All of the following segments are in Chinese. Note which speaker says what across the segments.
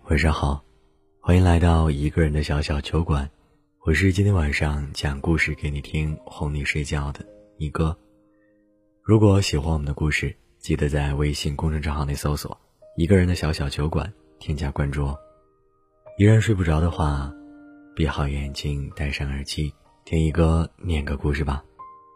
Speaker 1: 晚上好，欢迎来到一个人的小小酒馆，我是今天晚上讲故事给你听哄你睡觉的一哥。如果喜欢我们的故事，记得在微信公众账号内搜索一个人的小小酒馆，添加关注哦。依然睡不着的话，闭好眼睛，戴上耳机，听一哥念个故事吧。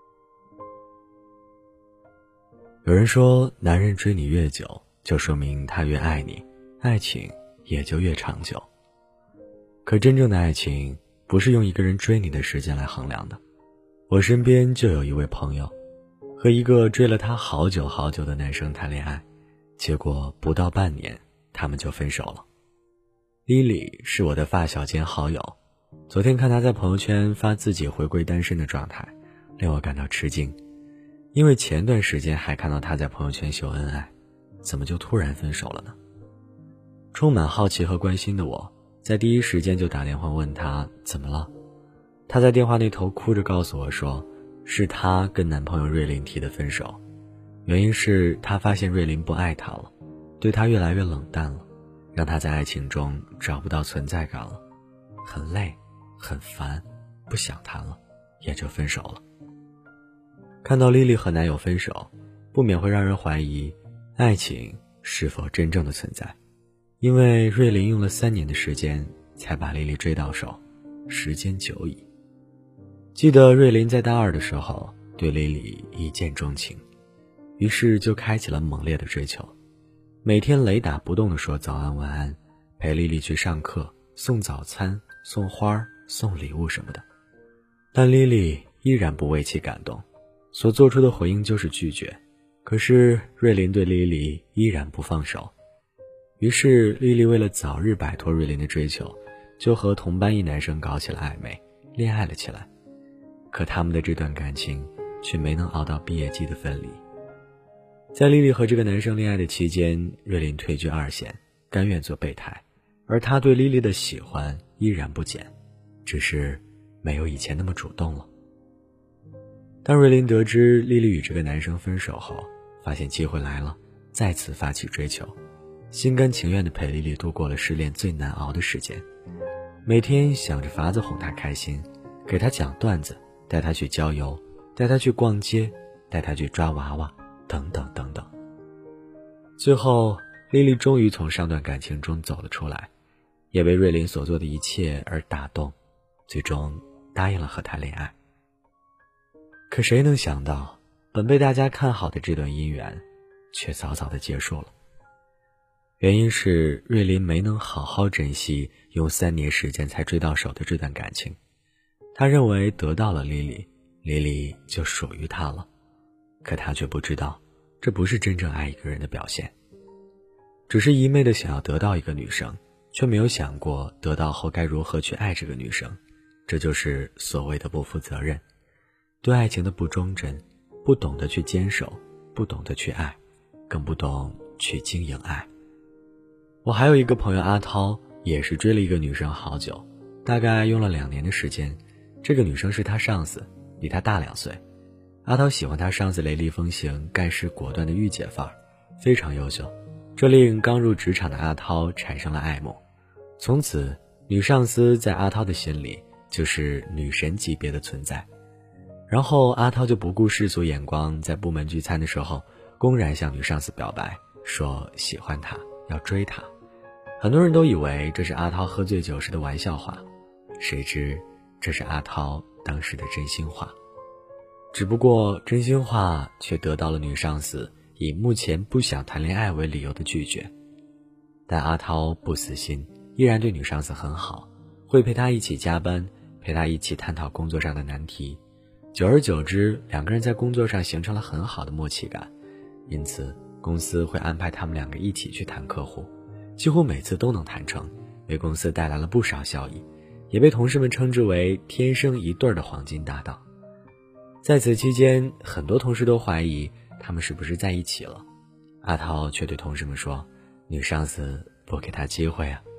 Speaker 1: 有人说，男人追你越久，就说明他越爱你，爱情也就越长久。可真正的爱情不是用一个人追你的时间来衡量的。我身边就有一位朋友，和一个追了他好久好久的男生谈恋爱，结果不到半年他们就分手了。Lily 是我的发小兼好友，昨天看她在朋友圈发自己回归单身的状态，令我感到吃惊，因为前段时间还看到她在朋友圈秀恩爱，怎么就突然分手了呢？充满好奇和关心的我，在第一时间就打电话问她怎么了。她在电话那头哭着告诉我说，是她跟男朋友瑞林提的分手，原因是她发现瑞林不爱她了，对她越来越冷淡了，让她在爱情中找不到存在感了，很累很烦，不想谈了，也就分手了。看到莉莉和男友分手，不免会让人怀疑爱情是否真正的存在，因为瑞林用了3年的时间才把莉莉追到手，时间久矣。记得瑞林在大2的时候对莉莉一见钟情，于是就开启了猛烈的追求，每天雷打不动地说早安晚安，陪莉莉去上课，送早餐，送花，送礼物什么的。但莉莉依然不为其感动，所做出的回应就是拒绝。可是瑞林对莉莉依然不放手，于是莉莉为了早日摆脱瑞林的追求，就和同班一男生搞起了暧昧，恋爱了起来。可他们的这段感情却没能熬到毕业季的分离。在莉莉和这个男生恋爱的期间，瑞林退居2线，甘愿做备胎，而他对莉莉的喜欢依然不减，只是没有以前那么主动了。当瑞林得知莉莉与这个男生分手后，发现机会来了，再次发起追求，心甘情愿地陪莉莉度过了失恋最难熬的时间，每天想着法子哄她开心，给她讲段子，带她去郊游，带她去逛街，带她去抓娃娃，等等等等。最后莉莉终于从上段感情中走了出来，也为瑞林所做的一切而打动，最终答应了和他恋爱。可谁能想到，本被大家看好的这段姻缘却早早地结束了。原因是瑞林没能好好珍惜用3年时间才追到手的这段感情，他认为得到了莉莉，莉莉就属于他了。可他却不知道，这不是真正爱一个人的表现，只是一昧的想要得到一个女生，却没有想过得到后该如何去爱这个女生，这就是所谓的不负责任，对爱情的不忠贞，不懂得去坚守，不懂得去爱，更不懂去经营爱。我还有一个朋友阿涛，也是追了一个女生好久，大概用了2年的时间。这个女生是他上司，比他大2岁。阿涛喜欢他上司雷厉风行、干事果断的御姐范儿，非常优秀，这令刚入职场的阿涛产生了爱慕。从此女上司在阿涛的心里就是女神级别的存在。然后阿涛就不顾世俗眼光，在部门聚餐的时候公然向女上司表白，说喜欢她，要追她。很多人都以为这是阿涛喝醉酒时的玩笑话，谁知这是阿涛当时的真心话。只不过真心话却得到了女上司以目前不想谈恋爱为理由的拒绝。但阿涛不死心，依然对女上司很好，会陪她一起加班，陪她一起探讨工作上的难题。久而久之，2个人在工作上形成了很好的默契感，因此公司会安排他们2个一起去谈客户，几乎每次都能谈成，为公司带来了不少效益，也被同事们称之为天生一对的黄金搭档。在此期间，很多同事都怀疑他们是不是在一起了，阿涛却对同事们说，女上司不给他机会啊。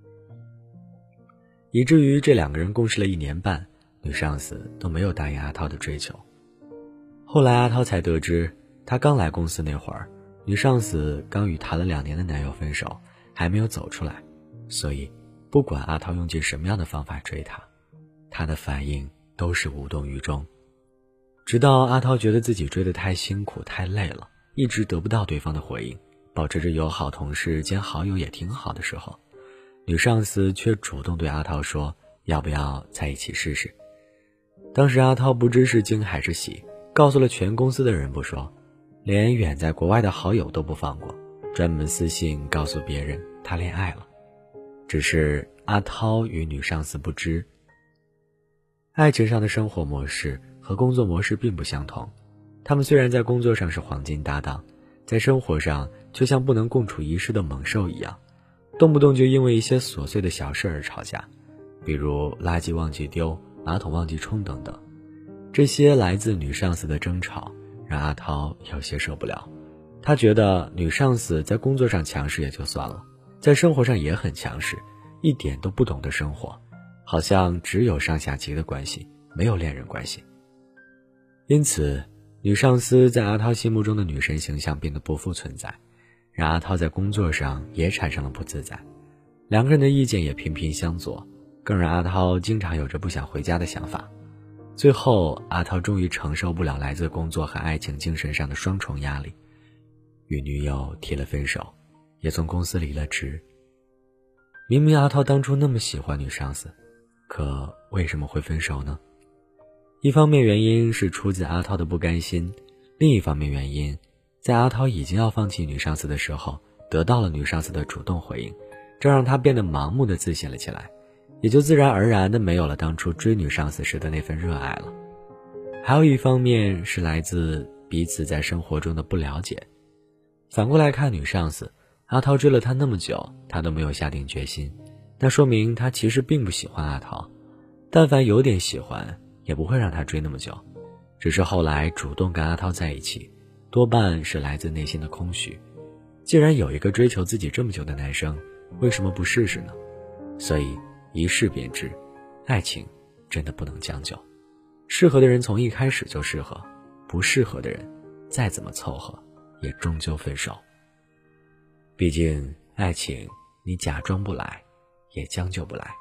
Speaker 1: 以至于这2个人共事了1年半，女上司都没有答应阿涛的追求。后来阿涛才得知，他刚来公司那会儿，女上司刚与谈了2年的男友分手，还没有走出来， 所以不管阿涛用尽什么样的方法追她，她的反应都是无动于衷。直到阿涛觉得自己追得太辛苦太累了，一直得不到对方的回应，保持着友好同事兼好友也挺好的时候，女上司却主动对阿涛说要不要在一起试试。当时阿涛不知是惊还是喜，告诉了全公司的人不说，连远在国外的好友都不放过，专门私信告诉别人他恋爱了。只是阿涛与女上司不知，爱情上的生活模式和工作模式并不相同，他们虽然在工作上是黄金搭档，在生活上却像不能共处一室的猛兽一样，动不动就因为一些琐碎的小事而吵架，比如垃圾忘记丢、马桶忘记冲等等。这些来自女上司的争吵让阿涛有些受不了，他觉得女上司在工作上强势也就算了，在生活上也很强势，一点都不懂得生活，好像只有上下级的关系，没有恋人关系。因此女上司在阿涛心目中的女神形象变得不复存在，让阿涛在工作上也产生了不自在，两个人的意见也频频相左，更让阿涛经常有着不想回家的想法。最后阿涛终于承受不了来自工作和爱情精神上的双重压力，与女友提了分手，也从公司离了职。明明阿涛当初那么喜欢女上司，可为什么会分手呢？一方面原因是出自阿涛的不甘心，另一方面原因在阿涛已经要放弃女上司的时候，得到了女上司的主动回应，这让他变得盲目的自信了起来，也就自然而然的没有了当初追女上司时的那份热爱了。还有一方面是来自彼此在生活中的不了解。反过来看女上司，阿涛追了她那么久，她都没有下定决心，那说明她其实并不喜欢阿涛，但凡有点喜欢也不会让他追那么久，只是后来主动跟阿涛在一起，多半是来自内心的空虚。既然有一个追求自己这么久的男生，为什么不试试呢？所以一试便知，爱情真的不能将就，适合的人从一开始就适合，不适合的人再怎么凑合也终究分手。毕竟爱情你假装不来也将就不来。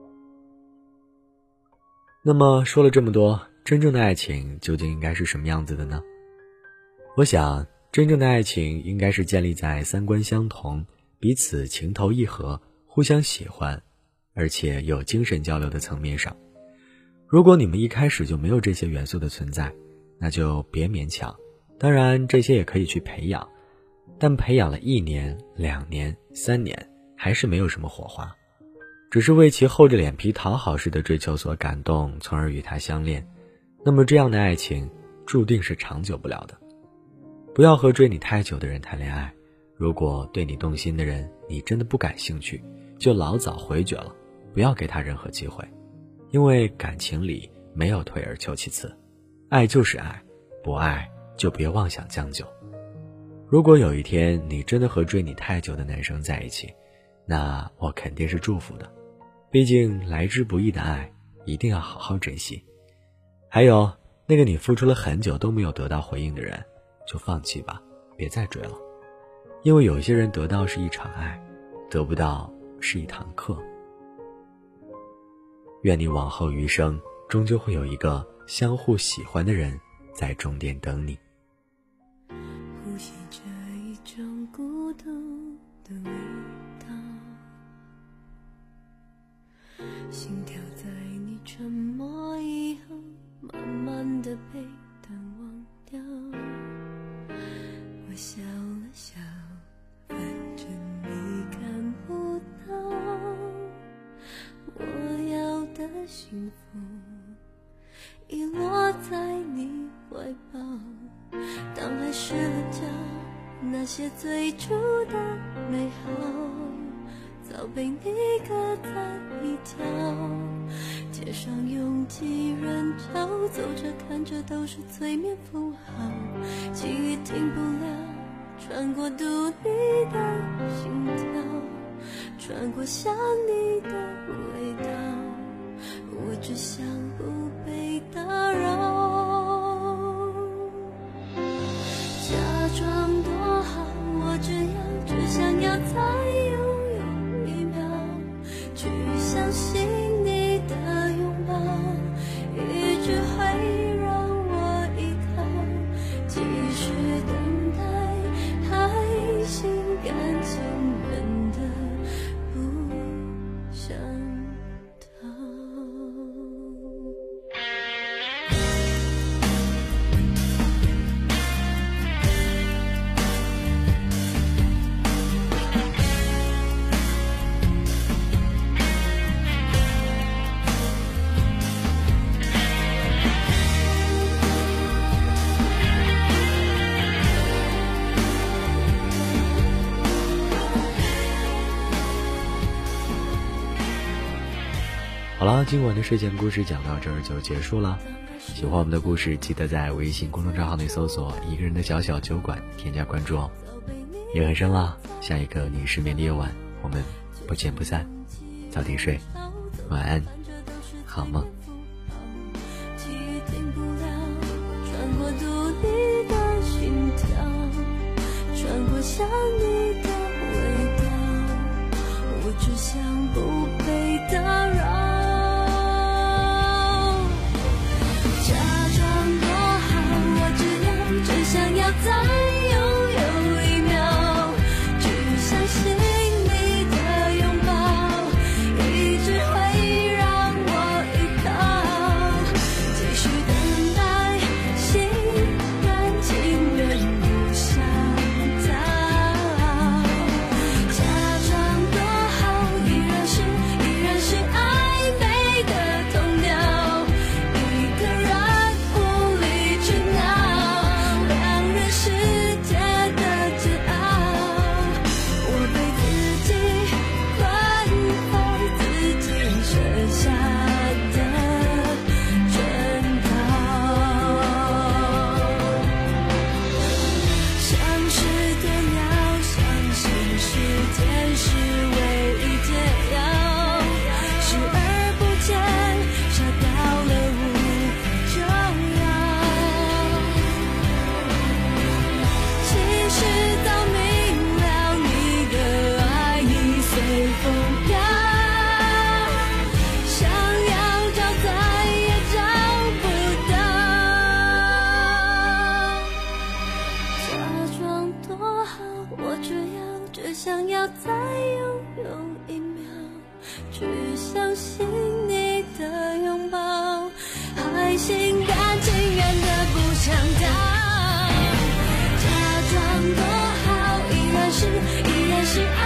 Speaker 1: 那么说了这么多，真正的爱情究竟应该是什么样子的呢？我想真正的爱情应该是建立在三观相同，彼此情投意合，互相喜欢，而且有精神交流的层面上。如果你们一开始就没有这些元素的存在，那就别勉强，当然这些也可以去培养，但培养了1年、2年、3年，还是没有什么火花，只是为其厚着脸皮讨好式的追求所感动，从而与他相恋，那么这样的爱情注定是长久不了的。不要和追你太久的人谈恋爱，如果对你动心的人你真的不感兴趣，就老早回绝了，不要给他任何机会，因为感情里没有退而求其次，爱就是爱，不爱就别妄想将就。如果有一天你真的和追你太久的男生在一起，那我肯定是祝福的，毕竟来之不易的爱一定要好好珍惜。还有那个你付出了很久都没有得到回应的人，就放弃吧，别再追了，因为有些人得到是一场爱，得不到是一堂课。愿你往后余生终究会有一个相互喜欢的人在终点等你。
Speaker 2: 呼吸着一种孤独的味道，心跳在你沉默以后慢慢的被淡忘掉。我笑了笑，反正你看不到，我要的幸福已落在你怀抱。当爱失了焦，那些最初的美好早被你搁在一角，街上拥挤人潮，走着看着都是催眠符号，记忆停不了，穿过读你的心跳，穿过想你的味道，我只想不被打扰，假装多好，我只想要再拥有1秒，
Speaker 1: 好了，今晚的睡前故事讲到这儿就结束了。喜欢我们的故事，记得在微信公众账号内搜索一个人的小小酒馆，添加关注哦。夜很深了，下一个你失眠的夜晚，我们不见不散。早点睡，晚安，好梦。
Speaker 2: 穿过独立的心跳，穿过想你的味道，我只想不被打扰。假装多好，我只想要再拥有一秒，只相信你的拥抱，一直会让我依靠，继续等待，心甘情愿不想逃。假装多好，依然是暧昧的痛调，一个人无理取闹，两人世界的煎熬，我被自己困在自己设下的圈套，像是鸵鸟，相信时间是唯一解药，视而不见，傻到了无重要。其实早明了，你的爱已随风飘，想要找再也找不到。假装多好，我只想要再拥有一秒，只相信你的拥抱，还心甘情愿的不想逃。假装多好，依然是